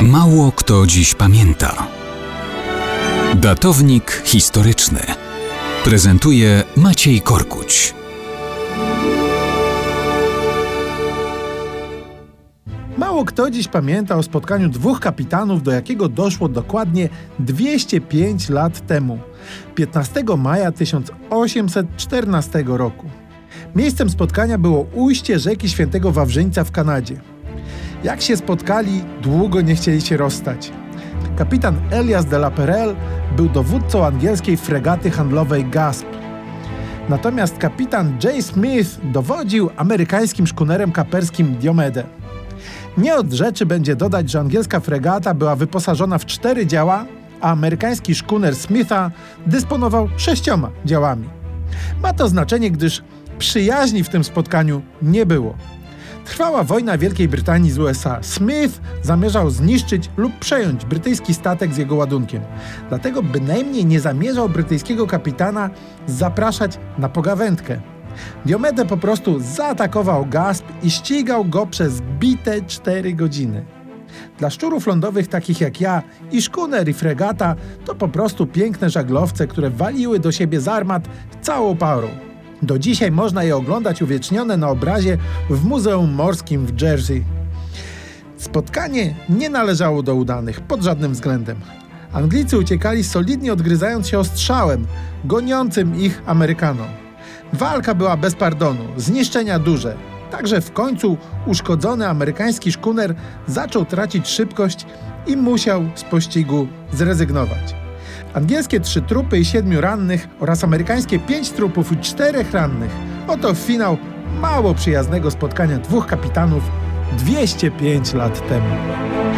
Mało kto dziś pamięta. Datownik historyczny prezentuje Maciej Korkuć. Mało kto dziś pamięta o spotkaniu dwóch kapitanów, do jakiego doszło dokładnie 205 lat temu, 15 maja 1814 roku. Miejscem spotkania było ujście rzeki Świętego Wawrzyńca w Kanadzie. Jak się spotkali, długo nie chcieli się rozstać. Kapitan Elias de la Perelle był dowódcą angielskiej fregaty handlowej Gasp. Natomiast kapitan J. Smith dowodził amerykańskim szkunerem kaperskim Diomede. Nie od rzeczy będzie dodać, że angielska fregata była wyposażona w 4 działa, a amerykański szkuner Smitha dysponował 6 działami. Ma to znaczenie, gdyż przyjaźni w tym spotkaniu nie było. Trwała wojna Wielkiej Brytanii z USA. Smith zamierzał zniszczyć lub przejąć brytyjski statek z jego ładunkiem. Dlatego bynajmniej nie zamierzał brytyjskiego kapitana zapraszać na pogawędkę. Diomede po prostu zaatakował Gasp i ścigał go przez bite 4 godziny. Dla szczurów lądowych takich jak ja i szkuner i fregata to po prostu piękne żaglowce, które waliły do siebie z armat całą parą. Do dzisiaj można je oglądać uwiecznione na obrazie w Muzeum Morskim w Jersey. Spotkanie nie należało do udanych pod żadnym względem. Anglicy uciekali solidnie odgryzając się ostrzałem, goniącym ich Amerykanom. Walka była bez pardonu, zniszczenia duże. Także w końcu uszkodzony amerykański szkuner zaczął tracić szybkość i musiał z pościgu zrezygnować. Angielskie 3 trupy i 7 rannych oraz amerykańskie 5 trupów i 4 rannych. Oto finał mało przyjaznego spotkania dwóch kapitanów 205 lat temu.